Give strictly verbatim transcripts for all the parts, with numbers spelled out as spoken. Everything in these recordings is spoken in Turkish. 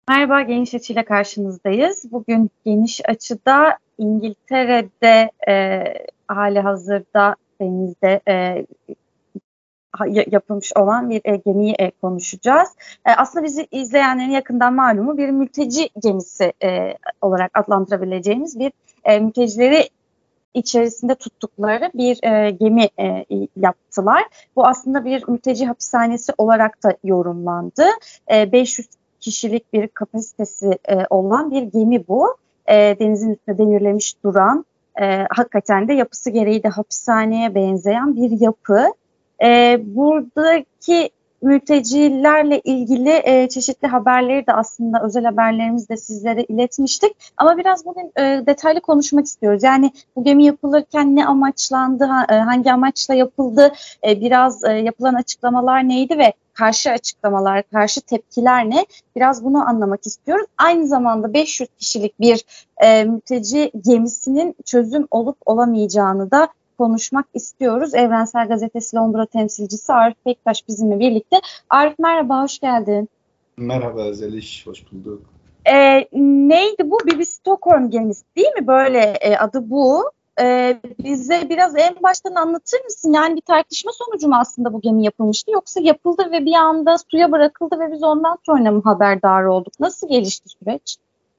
Merhaba, Geniş Açı ile karşınızdayız. Bugün Geniş Açı'da İngiltere'de e, hali hazırda denizde e, yapılmış olan bir e, gemiyi e, konuşacağız. E, aslında bizi izleyenlerin yakından malumu bir mülteci gemisi e, olarak adlandırabileceğimiz bir e, mültecileri içerisinde tuttukları bir e, gemi e, yaptılar. Bu aslında bir mülteci hapishanesi olarak da yorumlandı. E, beş yüz kişilik bir kapasitesi e, olan bir gemi bu. E, denizin üstünde demirlemiş duran, e, hakikaten de yapısı gereği de hapishaneye benzeyen bir yapı. E, buradaki mültecilerle ilgili e, çeşitli haberleri de aslında özel haberlerimizde sizlere iletmiştik. Ama biraz bugün e, detaylı konuşmak istiyoruz. Yani bu gemi yapılırken ne amaçlandı, ha, e, hangi amaçla yapıldı, e, biraz e, yapılan açıklamalar neydi ve karşı açıklamalar, karşı tepkiler ne? Biraz bunu anlamak istiyoruz. Aynı zamanda beş yüz kişilik bir e, mülteci gemisinin çözüm olup olamayacağını da konuşmak istiyoruz. Evrensel Gazetesi Londra temsilcisi Arif Bektaş bizimle birlikte. Arif merhaba, hoş geldin. Merhaba Zeliş, hoş bulduk. Ee, neydi bu? Bir, bir Stockholm gemisi değil mi? Böyle e, adı bu. Ee, bize biraz en baştan anlatır mısın? Yani bir tartışma sonucu mu aslında bu gemi yapılmıştı? Yoksa yapıldı ve bir anda suya bırakıldı ve biz ondan sonra mı haberdar olduk? Nasıl gelişti süreç?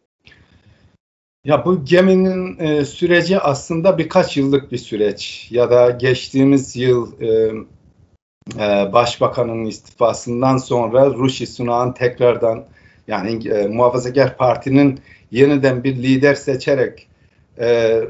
Ya bu geminin e, süreci aslında birkaç yıllık bir süreç. Ya da geçtiğimiz yıl e, e, Başbakanın istifasından sonra Rishi Sunak'ın tekrardan yani e, Muhafazakar Parti'nin yeniden bir lider seçerek e,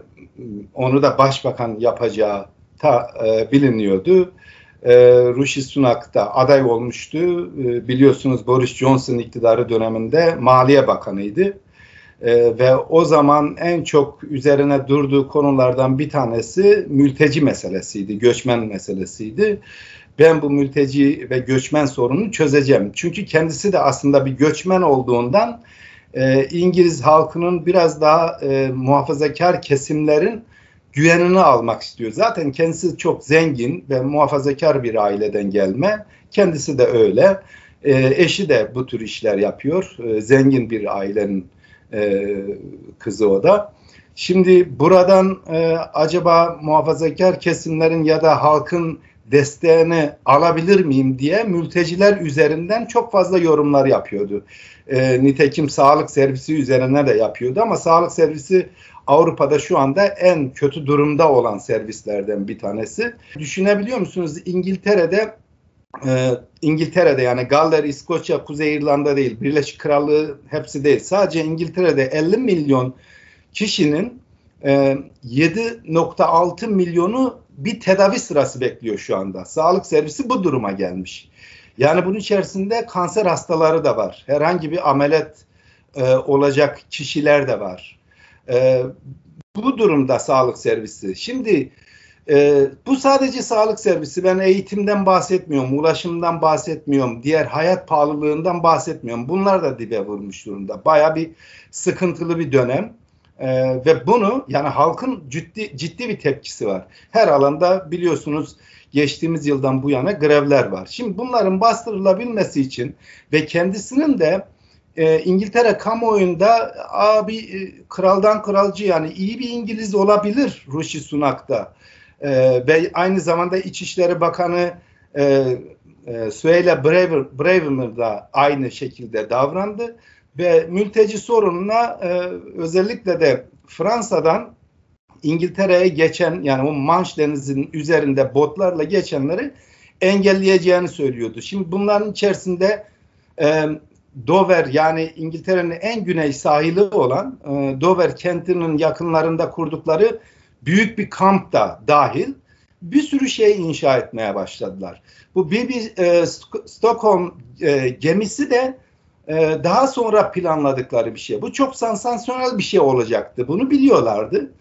onu da başbakan yapacağı ta, e, biliniyordu. E, Rishi Sunak da aday olmuştu. E, biliyorsunuz Boris Johnson iktidarı döneminde Maliye Bakanıydı. Ee, ve o zaman en çok üzerine durduğu konulardan bir tanesi mülteci meselesiydi, göçmen meselesiydi. Ben bu mülteci ve göçmen sorununu çözeceğim. Çünkü kendisi de aslında bir göçmen olduğundan e, İngiliz halkının biraz daha e, muhafazakar kesimlerin güvenini almak istiyor. Zaten kendisi çok zengin ve muhafazakar bir aileden gelme. Kendisi de öyle. E, eşi de bu tür işler yapıyor. E, zengin bir ailenin e, kızı o da. Şimdi buradan e, acaba muhafazakar kesimlerin ya da halkın desteğini alabilir miyim diye mülteciler üzerinden çok fazla yorumlar yapıyordu. E, nitekim sağlık servisi üzerine de yapıyordu ama sağlık servisi Avrupa'da şu anda en kötü durumda olan servislerden bir tanesi. Düşünebiliyor musunuz? İngiltere'de Ee, İngiltere'de yani Galler, İskoçya, Kuzey İrlanda değil, Birleşik Krallığı hepsi değil. Sadece İngiltere'de elli milyon kişinin e, yedi nokta altı milyonu bir tedavi sırası bekliyor şu anda. Sağlık servisi bu duruma gelmiş. Yani bunun içerisinde kanser hastaları da var. Herhangi bir ameliyat e, olacak kişiler de var. E, bu durumda sağlık servisi. Şimdi Ee, bu sadece sağlık servisi. Ben eğitimden bahsetmiyorum, ulaşımdan bahsetmiyorum, diğer hayat pahalılığından bahsetmiyorum. Bunlar da dibe vurmuş durumda. Bayağı bir sıkıntılı bir dönem. Ee, ve bunu yani halkın ciddi ciddi bir tepkisi var. Her alanda biliyorsunuz geçtiğimiz yıldan bu yana grevler var. Şimdi bunların bastırılabilmesi için ve kendisinin de e, İngiltere kamuoyunda abi e, kraldan kralcı yani iyi bir İngiliz olabilir Rishi Sunak'ta. Ee, ve aynı zamanda İçişleri Bakanı e, e, Suella Braverman da aynı şekilde davrandı ve mülteci sorununa e, özellikle de Fransa'dan İngiltere'ye geçen yani o Manş Denizi'nin üzerinde botlarla geçenleri engelleyeceğini söylüyordu. Şimdi bunların içerisinde e, Dover yani İngiltere'nin en güney sahili olan e, Dover kentinin yakınlarında kurdukları büyük bir kamp da dahil bir sürü şey inşa etmeye başladılar. Bu B B e, Stockholm e, gemisi de e, daha sonra planladıkları bir şey. Bu çok sansasyonel bir şey olacaktı. Bunu biliyorlardı.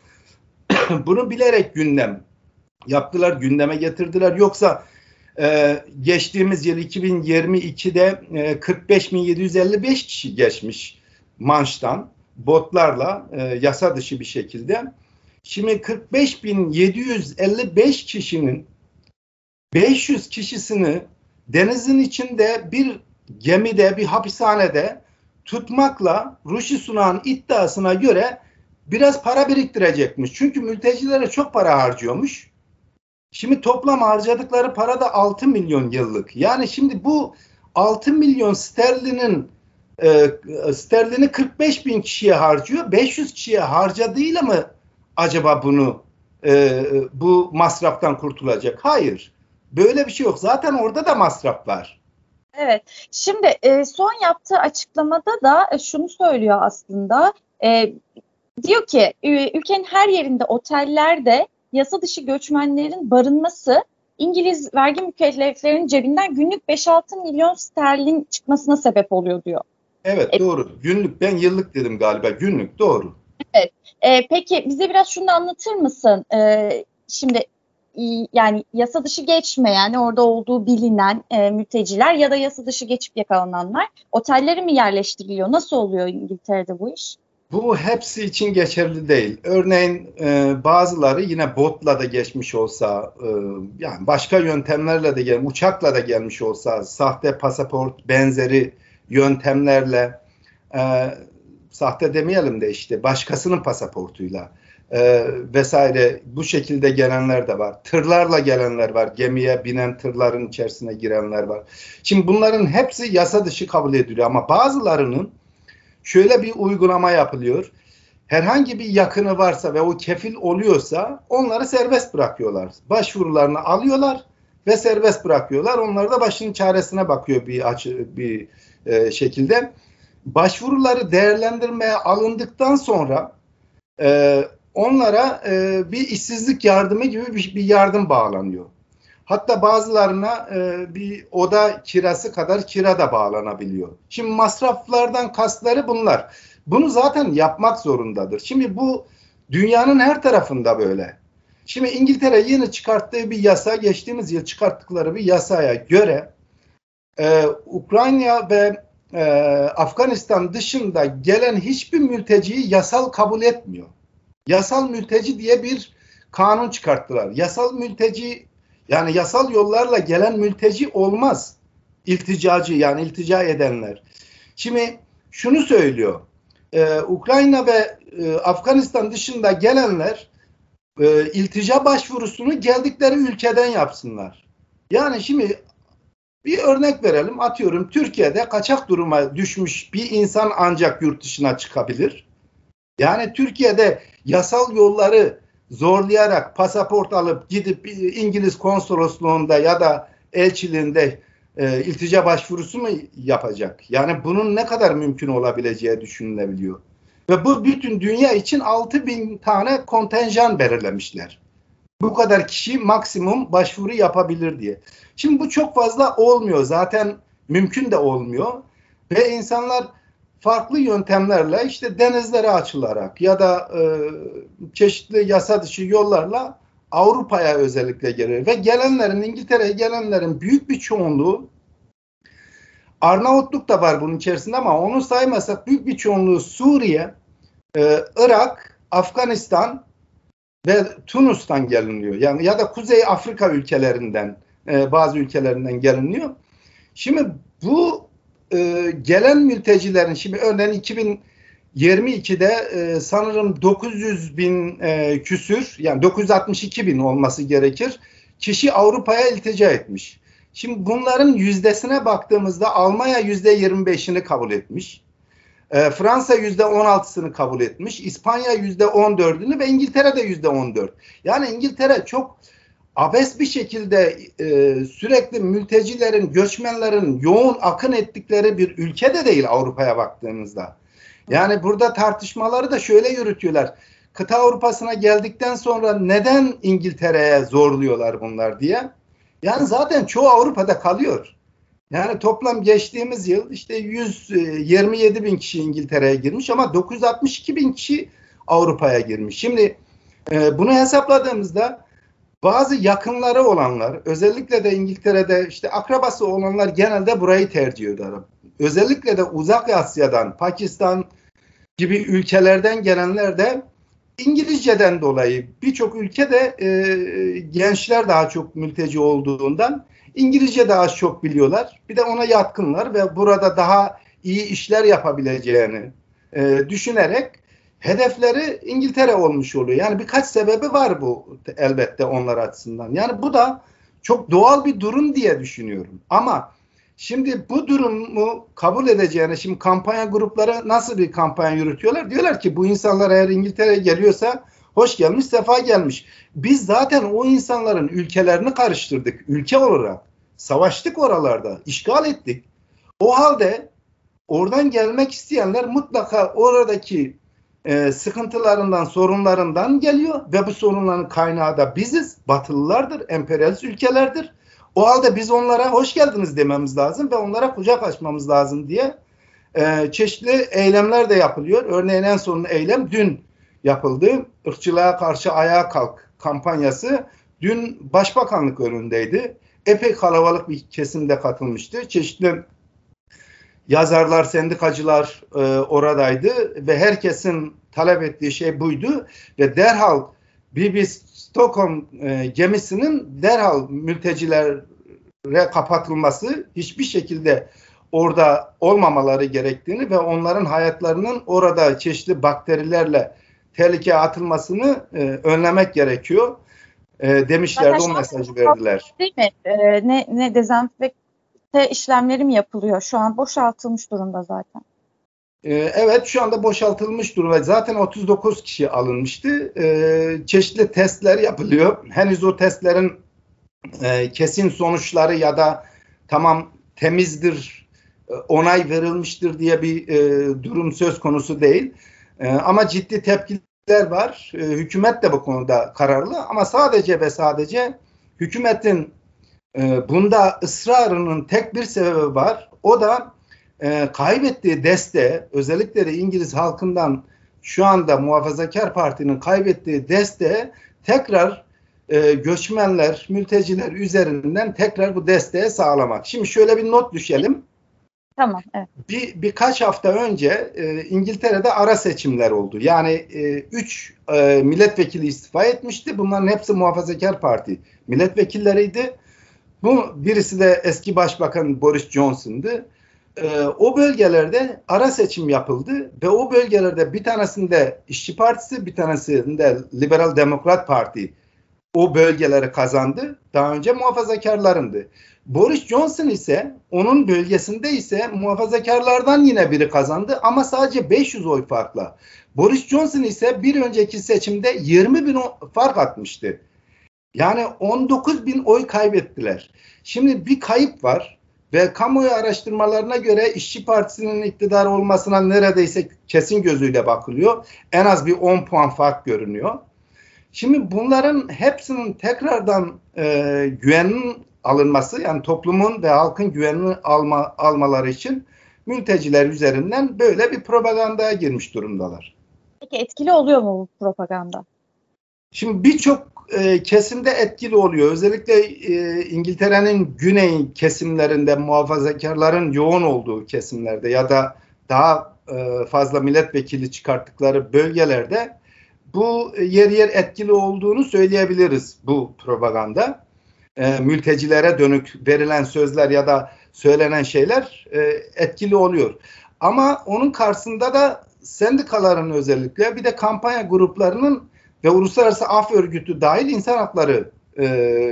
Bunu bilerek gündem yaptılar, gündeme getirdiler. Yoksa e, geçtiğimiz yıl iki bin yirmi ikide e, kırk beş bin yedi yüz elli beş kişi geçmiş Manş'tan botlarla e, yasa dışı bir şekilde. Şimdi kırk beş bin yedi yüz elli beş kişinin beş yüz kişisini denizin içinde bir gemide, bir hapishanede tutmakla Rishi Sunak'ın iddiasına göre biraz para biriktirecekmiş. Çünkü mültecilere çok para harcıyormuş. Şimdi toplam harcadıkları para da altı milyon yıllık. Yani şimdi bu altı milyon sterlinin e, sterlini kırk beş bin kişiye harcıyor. beş yüz kişiye harcadığıyla mı acaba bunu e, bu masraftan kurtulacak? Hayır. Böyle bir şey yok. Zaten orada da masraf var. Evet. Şimdi e, son yaptığı açıklamada da e, şunu söylüyor aslında. E, diyor ki ülkenin her yerinde otellerde yasa dışı göçmenlerin barınması İngiliz vergi mükelleflerinin cebinden günlük beş altı milyon sterlin çıkmasına sebep oluyor diyor. Evet E, doğru. Günlük, ben yıllık dedim galiba. Günlük, doğru. Evet. E, peki bize biraz şunu anlatır mısın? E, şimdi yani yasa dışı geçmeyen, orada olduğu bilinen e, mülteciler ya da yasa dışı geçip yakalananlar otellere mi yerleştiriliyor? Nasıl oluyor İngiltere'de bu iş? Bu hepsi için geçerli değil. Örneğin e, bazıları yine botla da geçmiş olsa, e, yani başka yöntemlerle de gel, uçakla da gelmiş olsa, sahte pasaport benzeri yöntemlerle, e, sahte demeyelim de işte başkasının pasaportuyla e, vesaire bu şekilde gelenler de var. Tırlarla gelenler var. Gemiye binen tırların içerisine girenler var. Şimdi bunların hepsi yasa dışı kabul ediliyor ama bazılarının şöyle bir uygulama yapılıyor. Herhangi bir yakını varsa ve o kefil oluyorsa onları serbest bırakıyorlar. Başvurularını alıyorlar ve serbest bırakıyorlar. Onlar da başının çaresine bakıyor bir açı, bir e, şekilde. Başvuruları değerlendirmeye alındıktan sonra e, onlara e, bir işsizlik yardımı gibi bir, bir yardım bağlanıyor. Hatta bazılarına e, bir oda kirası kadar kira da bağlanabiliyor. Şimdi masraflardan kastları bunlar. Bunu zaten yapmak zorundadır. Şimdi bu dünyanın her tarafında böyle. Şimdi İngiltere yeni çıkarttığı bir yasa, geçtiğimiz yıl çıkarttıkları bir yasaya göre e, Ukrayna ve e, Afganistan dışında gelen hiçbir mülteciyi yasal kabul etmiyor. Yasal mülteci diye bir kanun çıkarttılar. Yasal mülteci, yani yasal yollarla gelen mülteci olmaz. İlticacı, yani iltica edenler. Şimdi şunu söylüyor. Ee, Ukrayna ve e, Afganistan dışında gelenler e, iltica başvurusunu geldikleri ülkeden yapsınlar. Yani şimdi bir örnek verelim. Atıyorum, Türkiye'de kaçak duruma düşmüş bir insan ancak yurt dışına çıkabilir. Yani Türkiye'de yasal yolları zorlayarak pasaport alıp gidip İngiliz konsolosluğunda ya da elçiliğinde e, iltica başvurusu mu yapacak? Yani bunun ne kadar mümkün olabileceği düşünülebiliyor. Ve bu bütün dünya için altı bin tane kontenjan belirlemişler. Bu kadar kişi maksimum başvuru yapabilir diye. Şimdi bu çok fazla olmuyor. Zaten mümkün de olmuyor. Ve insanlar farklı yöntemlerle, işte denizlere açılarak ya da e, çeşitli yasa dışı yollarla Avrupa'ya özellikle gelir. Ve gelenlerin, İngiltere'ye gelenlerin büyük bir çoğunluğu, Arnavutluk da var bunun içerisinde ama onu saymazsak büyük bir çoğunluğu Suriye, e, Irak, Afganistan ve Tunus'tan geliniyor. Yani ya da Kuzey Afrika ülkelerinden, e, bazı ülkelerinden geliniyor. Şimdi bu e, gelen mültecilerin, şimdi örneğin iki bin yirmi ikide e, sanırım dokuz yüz bin e, küsür, yani dokuz yüz altmış iki bin olması gerekir, kişi Avrupa'ya iltica etmiş. Şimdi bunların yüzdesine baktığımızda Almanya yüzde yirmi beşini kabul etmiş. E, Fransa yüzde on altısını kabul etmiş. İspanya yüzde on dördünü ve İngiltere de yüzde on dört. Yani İngiltere çok abes bir şekilde e, sürekli mültecilerin, göçmenlerin yoğun akın ettikleri bir ülke de değil Avrupa'ya baktığımızda. Yani burada tartışmaları da şöyle yürütüyorlar. Kıta Avrupa'sına geldikten sonra neden İngiltere'ye zorluyorlar bunlar diye. Yani zaten çoğu Avrupa'da kalıyor. Yani toplam geçtiğimiz yıl işte yüz yirmi yedi bin kişi İngiltere'ye girmiş ama dokuz yüz altmış iki bin kişi Avrupa'ya girmiş. Şimdi e, bunu hesapladığımızda bazı yakınları olanlar, özellikle de İngiltere'de işte akrabası olanlar genelde burayı tercih ediyorlar. Özellikle de Uzak Asya'dan, Pakistan gibi ülkelerden gelenler de İngilizceden dolayı, birçok ülkede e, gençler daha çok mülteci olduğundan İngilizce daha az çok biliyorlar. Bir de ona yatkınlar ve burada daha iyi işler yapabileceğini e, düşünerek hedefleri İngiltere olmuş oluyor. Yani birkaç sebebi var bu elbette onlar açısından. Yani bu da çok doğal bir durum diye düşünüyorum. Ama şimdi bu durumu kabul edeceğine, şimdi kampanya grupları nasıl bir kampanya yürütüyorlar? Diyorlar ki bu insanlar eğer İngiltere'ye geliyorsa hoş gelmiş, sefa gelmiş. Biz zaten o insanların ülkelerini karıştırdık. Ülke olarak savaştık oralarda, işgal ettik. O halde oradan gelmek isteyenler mutlaka oradaki e, sıkıntılarından, sorunlarından geliyor ve bu sorunların kaynağı da biziz, Batılılardır, emperyalist ülkelerdir. O halde biz onlara hoş geldiniz dememiz lazım ve onlara kucak açmamız lazım diye e, çeşitli eylemler de yapılıyor. Örneğin en son eylem dün yapıldı. Irkçılığa karşı ayağa kalk kampanyası dün Başbakanlık önündeydi. Epey kalabalık bir kesimde katılmıştı. Çeşitli yazarlar, sendikacılar e, oradaydı ve herkesin talep ettiği şey buydu ve derhal B B Stockholm e, gemisinin derhal mültecilere kapatılması, hiçbir şekilde orada olmamaları gerektiğini ve onların hayatlarının orada çeşitli bakterilerle tehlikeye atılmasını e, önlemek gerekiyor e, demişlerdi, o mesajı verdiler. Değil mi? E, ne, ne dezenfekte işlemleri mi yapılıyor? Şu an boşaltılmış durumda zaten. E, evet, şu anda boşaltılmış durumda. Zaten otuz dokuz kişi alınmıştı. E, çeşitli testler yapılıyor. Henüz o testlerin e, kesin sonuçları ya da tamam temizdir, onay verilmiştir diye bir e, durum söz konusu değil. E, ama ciddi tepkiler var. E, hükümet de bu konuda kararlı ama sadece ve sadece hükümetin e, bunda ısrarının tek bir sebebi var. O da e, kaybettiği desteği, özellikle de İngiliz halkından şu anda Muhafazakar Parti'nin kaybettiği desteği tekrar e, göçmenler, mülteciler üzerinden tekrar bu desteği sağlamak. Şimdi şöyle bir not düşelim. Tamam, evet. Bir, birkaç hafta önce e, İngiltere'de ara seçimler oldu. Yani e, üç e, milletvekili istifa etmişti. Bunların hepsi Muhafazakar Parti milletvekilleriydi. Bu birisi de eski Başbakan Boris Johnson'dı. E, o bölgelerde ara seçim yapıldı ve o bölgelerde bir tanesinde İşçi Partisi, bir tanesinde Liberal Demokrat Parti o bölgeleri kazandı. Daha önce muhafazakarlarındı. Boris Johnson ise onun bölgesinde ise muhafazakarlardan yine biri kazandı ama sadece beş yüz oy farkla. Boris Johnson ise bir önceki seçimde yirmi bin fark atmıştı. Yani on dokuz bin oy kaybettiler. Şimdi bir kayıp var ve kamuoyu araştırmalarına göre İşçi Partisi'nin iktidar olmasına neredeyse kesin gözüyle bakılıyor. En az bir on puan fark görünüyor. Şimdi bunların hepsinin tekrardan e, güvenin alınması, yani toplumun ve halkın güvenini alma, almaları için mülteciler üzerinden böyle bir propagandaya girmiş durumdalar. Peki etkili oluyor mu bu propaganda? Şimdi birçok e, kesimde etkili oluyor. Özellikle e, İngiltere'nin güney kesimlerinde, muhafazakarların yoğun olduğu kesimlerde ya da daha e, fazla milletvekili çıkarttıkları bölgelerde bu yer yer etkili olduğunu söyleyebiliriz bu propaganda. E, mültecilere dönük verilen sözler ya da söylenen şeyler e, etkili oluyor. Ama onun karşısında da sendikaların, özellikle bir de kampanya gruplarının ve Uluslararası Af Örgütü dahil insan hakları e,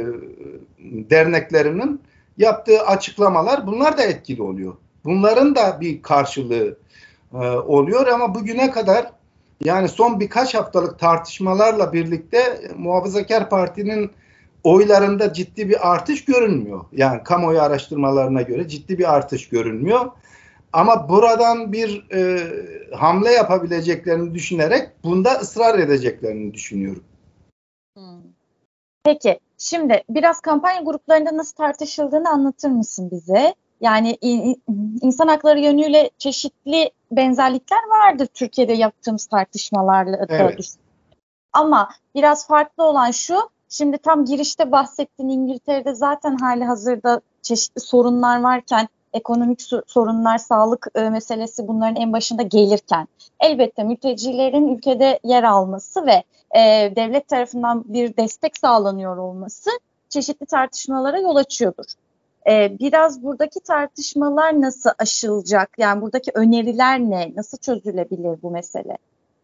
derneklerinin yaptığı açıklamalar, bunlar da etkili oluyor. Bunların da bir karşılığı e, oluyor ama bugüne kadar, yani son birkaç haftalık tartışmalarla birlikte Muhafazakar Parti'nin oylarında ciddi bir artış görünmüyor. Yani kamuoyu araştırmalarına göre ciddi bir artış görünmüyor. Ama buradan bir e, hamle yapabileceklerini düşünerek bunda ısrar edeceklerini düşünüyorum. Hmm. Peki, şimdi biraz kampanya gruplarında nasıl tartışıldığını anlatır mısın bize? Yani in, insan hakları yönüyle çeşitli benzerlikler vardır Türkiye'de yaptığımız tartışmalarla. Evet. Ama biraz farklı olan şu, şimdi tam girişte bahsettiğin İngiltere'de zaten hali hazırda çeşitli sorunlar varken, ekonomik sorunlar, sağlık e, meselesi bunların en başında gelirken, elbette mültecilerin ülkede yer alması ve e, devlet tarafından bir destek sağlanıyor olması çeşitli tartışmalara yol açıyordur. E, biraz buradaki tartışmalar nasıl aşılacak? Yani buradaki öneriler ne? Nasıl çözülebilir bu mesele?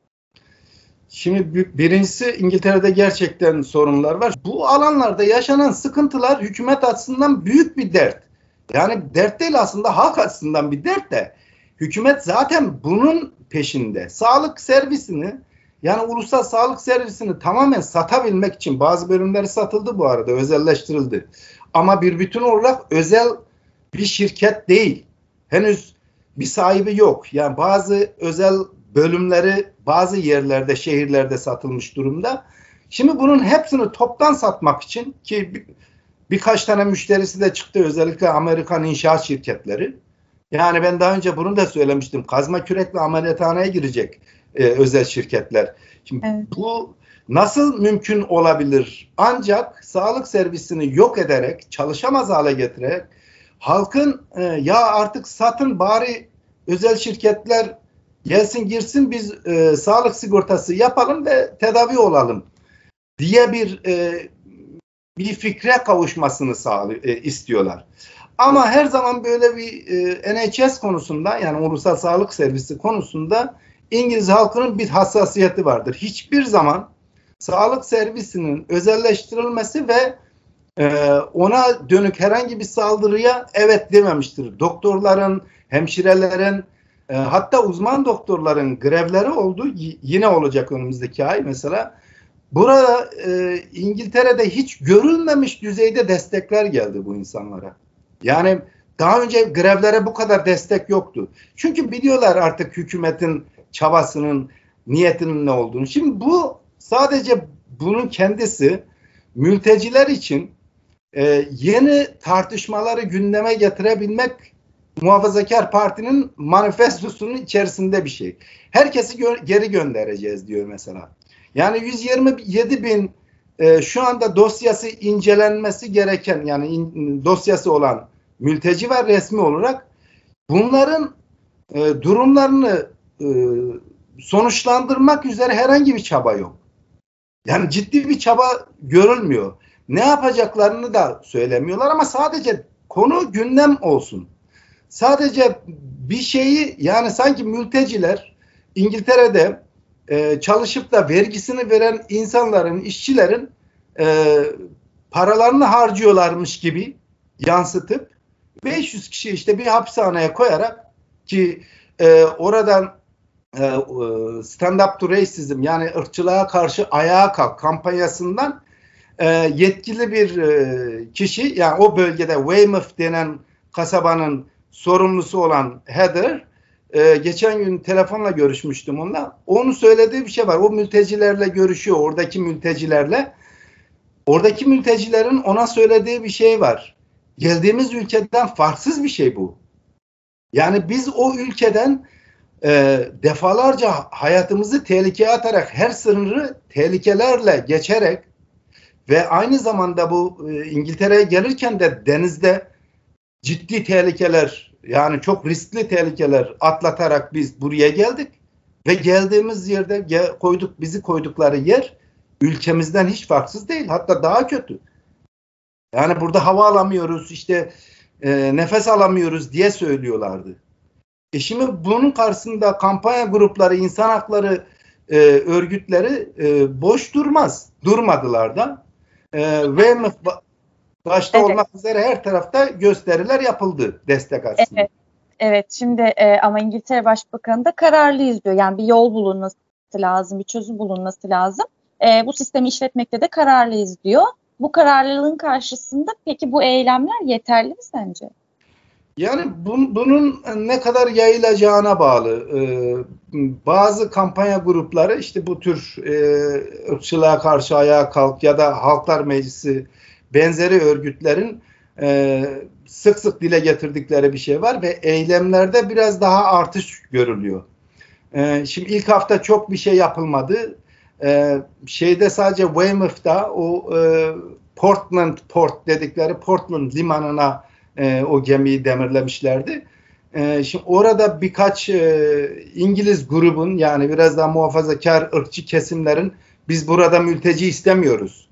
Şimdi birincisi İngiltere'de gerçekten sorunlar var. Bu alanlarda yaşanan sıkıntılar hükümet açısından büyük bir dert. Yani dert değil aslında halk açısından bir dert de. Hükümet zaten bunun peşinde. Sağlık servisini yani ulusal sağlık servisini tamamen satabilmek için bazı bölümleri satıldı bu arada özelleştirildi. Ama bir bütün olarak özel bir şirket değil. Henüz bir sahibi yok. Yani bazı özel bölümleri bazı yerlerde, şehirlerde satılmış durumda. Şimdi bunun hepsini toptan satmak için ki bir, birkaç tane müşterisi de çıktı özellikle Amerikan inşaat şirketleri. Yani ben daha önce bunu da söylemiştim. Kazma kürekle ameliyathaneye girecek e, özel şirketler. Şimdi evet. Bu nasıl mümkün olabilir? Ancak sağlık servisini yok ederek, çalışamaz hale getirerek halkın e, ya artık satın bari özel şirketler gelsin girsin biz e, sağlık sigortası yapalım ve tedavi olalım diye bir e, bir fikre kavuşmasını sağlıyor, e, istiyorlar. Ama her zaman böyle bir e, N H S konusunda yani ulusal sağlık servisi konusunda İngiliz halkının bir hassasiyeti vardır. Hiçbir zaman sağlık servisinin özelleştirilmesi ve e, ona dönük herhangi bir saldırıya evet dememiştir. Doktorların, hemşirelerin e, hatta uzman doktorların grevleri oldu. Y- yine olacak önümüzdeki ay mesela. Burada e, İngiltere'de hiç görülmemiş düzeyde destekler geldi bu insanlara. Yani daha önce grevlere bu kadar destek yoktu. Çünkü biliyorlar artık hükümetin çabasının, niyetinin ne olduğunu. Şimdi bu sadece bunun kendisi mülteciler için e, yeni tartışmaları gündeme getirebilmek Muhafazakar Parti'nin manifestosunun içerisinde bir şey. Herkesi gö- geri göndereceğiz diyor mesela. Yani yüz yirmi yedi bin e, şu anda dosyası incelenmesi gereken yani in, dosyası olan mülteci var resmi olarak. Bunların e, durumlarını e, sonuçlandırmak üzere herhangi bir çaba yok. Yani ciddi bir çaba görülmüyor. Ne yapacaklarını da söylemiyorlar ama sadece konu gündem olsun. Sadece bir şeyi yani sanki mülteciler İngiltere'de e, çalışıp da vergisini veren insanların, işçilerin e, paralarını harcıyorlarmış gibi yansıtıp beş yüz kişi işte bir hapishaneye koyarak ki e, oradan e, Stand Up to Racism yani ırkçılığa karşı ayağa kalk kampanyasından e, yetkili bir e, kişi yani o bölgede Weymouth denen kasabanın sorumlusu olan Heather e, geçen gün telefonla görüşmüştüm onunla. Onun söylediği bir şey var. O mültecilerle görüşüyor. Oradaki mültecilerle. Oradaki mültecilerin ona söylediği bir şey var. Geldiğimiz ülkeden farksız bir şey bu. Yani biz o ülkeden e, defalarca hayatımızı tehlikeye atarak her sınırı tehlikelerle geçerek ve aynı zamanda bu e, İngiltere'ye gelirken de denizde ciddi tehlikeler yani çok riskli tehlikeler atlatarak biz buraya geldik ve geldiğimiz yerde gel, koyduk bizi koydukları yer ülkemizden hiç farksız değil hatta daha kötü. Yani burada hava alamıyoruz işte e, nefes alamıyoruz diye söylüyorlardı. E şimdi bunun karşısında kampanya grupları, insan hakları e, örgütleri e, boş durmaz. Durmadılar da. E, ve başta evet. olmak üzere her tarafta gösteriler yapıldı destek açısından. Evet, evet. Şimdi e, ama İngiltere Başbakanı da kararlıyız diyor. Yani bir yol bulunması lazım, bir çözüm bulunması lazım. E, bu sistemi işletmekte de kararlıyız diyor. Bu kararlılığın karşısında peki bu eylemler yeterli mi sence? Yani bun, bunun ne kadar yayılacağına bağlı. Ee, bazı kampanya grupları işte bu tür e, ırkçılığa karşı ayağa kalk ya da Halklar Meclisi benzeri örgütlerin e, sık sık dile getirdikleri bir şey var ve eylemlerde biraz daha artış görülüyor. E, şimdi ilk hafta çok bir şey yapılmadı. E, şeyde sadece Weymouth'ta o e, Portland Port dedikleri Portland limanına e, o gemiyi demirlemişlerdi. E, şimdi orada birkaç e, İngiliz grubun yani biraz daha muhafazakar ırkçı kesimlerin biz burada mülteci istemiyoruz.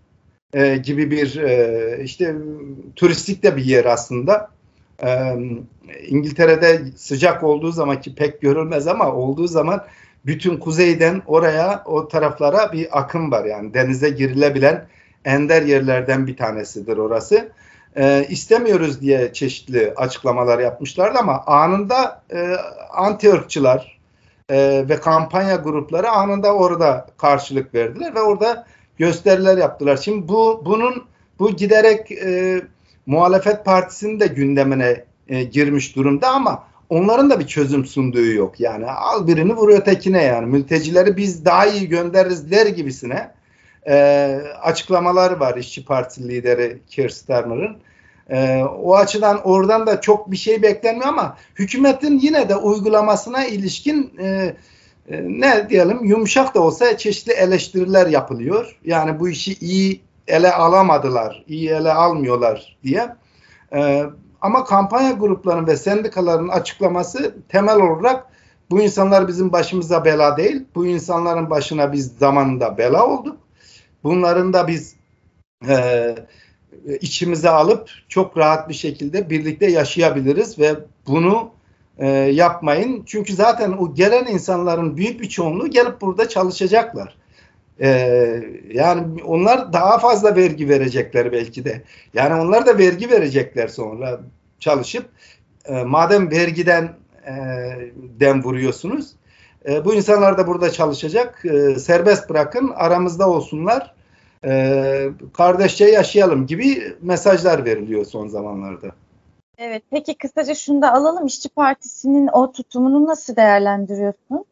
e, gibi bir e, işte turistik de bir yer aslında. E, İngiltere'de sıcak olduğu zaman, ki pek görülmez ama olduğu zaman bütün kuzeyden oraya, o taraflara bir akım var. Yani denize girilebilen ender yerlerden bir tanesidir orası. E, istemiyoruz diye çeşitli açıklamalar yapmışlardı ama anında e, anti-ırkçılar e, ve kampanya grupları anında orada karşılık verdiler ve orada gösteriler yaptılar. Şimdi bu bunun bu giderek e, muhalefet partisinin de gündemine e, girmiş durumda ama onların da bir çözüm sunduğu yok. Yani al birini vur ötekine, yani mültecileri biz daha iyi göndeririz der gibisine e, açıklamalar var İşçi Partisi lideri Keir Starmer'ın. E, o açıdan oradan da çok bir şey beklenmiyor ama hükümetin yine de uygulamasına ilişkin e, e, ne diyelim, yumuşak da olsa çeşitli eleştiriler yapılıyor. Yani bu işi iyi ele alamadılar, iyi ele almıyorlar diye. E, ama kampanya gruplarının ve sendikaların açıklaması temel olarak bu insanlar bizim başımıza bela değil, bu insanların başına biz zamanında bela olduk. Bunların da biz e, içimize alıp çok rahat bir şekilde birlikte yaşayabiliriz ve bunu e, yapmayın. Çünkü zaten o gelen insanların büyük bir çoğunluğu gelip burada çalışacaklar. E, yani onlar daha fazla vergi verecekler belki de. Yani onlar da vergi verecekler sonra çalışıp. E, madem vergiden e, dem vuruyorsunuz, e, bu insanlar da burada çalışacak. E, serbest bırakın, aramızda olsunlar. Ee, kardeşçe yaşayalım gibi mesajlar veriliyor son zamanlarda. Evet, peki kısaca şunu da alalım. İşçi Partisi'nin o tutumunu nasıl değerlendiriyorsun?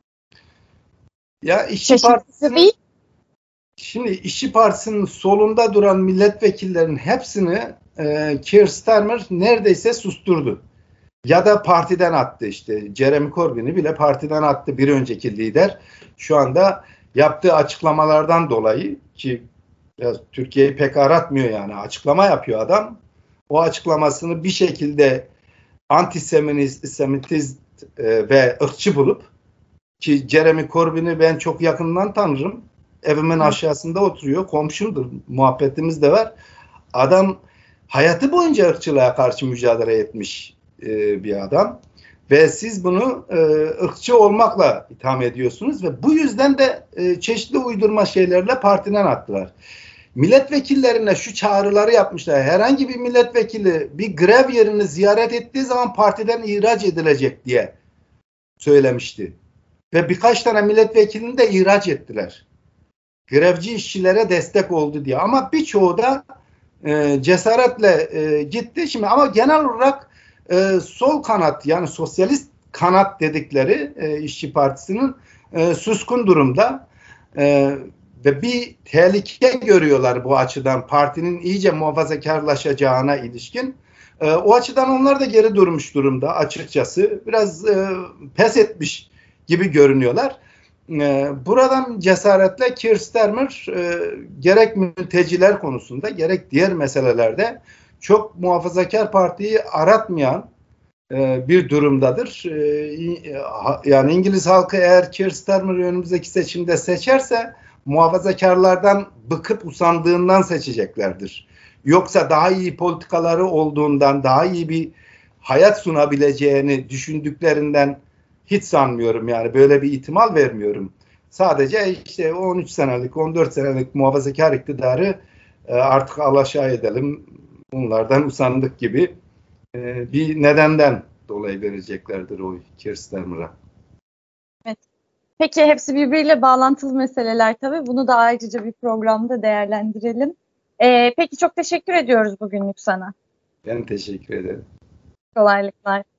Ya İşçi Şaşırtıcı Partisi'nin değil. Şimdi İşçi Partisi'nin solunda duran milletvekillerinin hepsini e, Keir Starmer neredeyse susturdu. Ya da partiden attı işte. Jeremy Corbyn'i bile partiden attı, bir önceki lider. Şu anda yaptığı açıklamalardan dolayı, ki ya, Türkiye'yi pek aratmıyor yani, açıklama yapıyor adam. O açıklamasını bir şekilde antisemitist e, ve ırkçı bulup, ki Jeremy Corbyn'i ben çok yakından tanırım. Evimin aşağısında oturuyor. Komşumdur. Muhabbetimiz de var. Adam hayatı boyunca ırkçılığa karşı mücadele etmiş e, bir adam. Ve siz bunu e, ırkçı olmakla itham ediyorsunuz ve bu yüzden de e, çeşitli uydurma şeylerle partiden attılar. Milletvekillerine şu çağrıları yapmışlar. Herhangi bir milletvekili bir grev yerini ziyaret ettiği zaman partiden ihraç edilecek diye söylemişti. Ve birkaç tane milletvekilini de ihraç ettiler. Grevci işçilere destek oldu diye. Ama birçoğu da e, cesaretle e, gitti. Şimdi ama genel olarak e, sol kanat, yani sosyalist kanat dedikleri e, İşçi Partisi'nin e, suskun durumda. E, ve bir tehlike görüyorlar bu açıdan, partinin iyice muhafazakarlaşacağına ilişkin. E, o açıdan onlar da geri durmuş durumda açıkçası. Biraz e, pes etmiş gibi görünüyorlar. E, buradan cesaretle Keir Starmer e, gerek mülteciler konusunda gerek diğer meselelerde çok muhafazakar partiyi aratmayan e, bir durumdadır. E, yani İngiliz halkı eğer Keir Starmer'ı önümüzdeki seçimde seçerse muhafazakarlardan bıkıp usandığından seçeceklerdir. Yoksa daha iyi politikaları olduğundan, daha iyi bir hayat sunabileceğini düşündüklerinden hiç sanmıyorum, yani böyle bir ihtimal vermiyorum. Sadece işte on üç senelik, on dört senelik muhafazakar iktidarı e, artık alaşağı edelim, bunlardan usandık gibi e, bir nedenden dolayı vereceklerdir oy Keir Starmer'a. Evet. Peki hepsi birbiriyle bağlantılı meseleler tabii. Bunu da ayrıca bir programda değerlendirelim. Ee, peki çok teşekkür ediyoruz bugünlük sana. Ben teşekkür ederim. Kolaylıklar.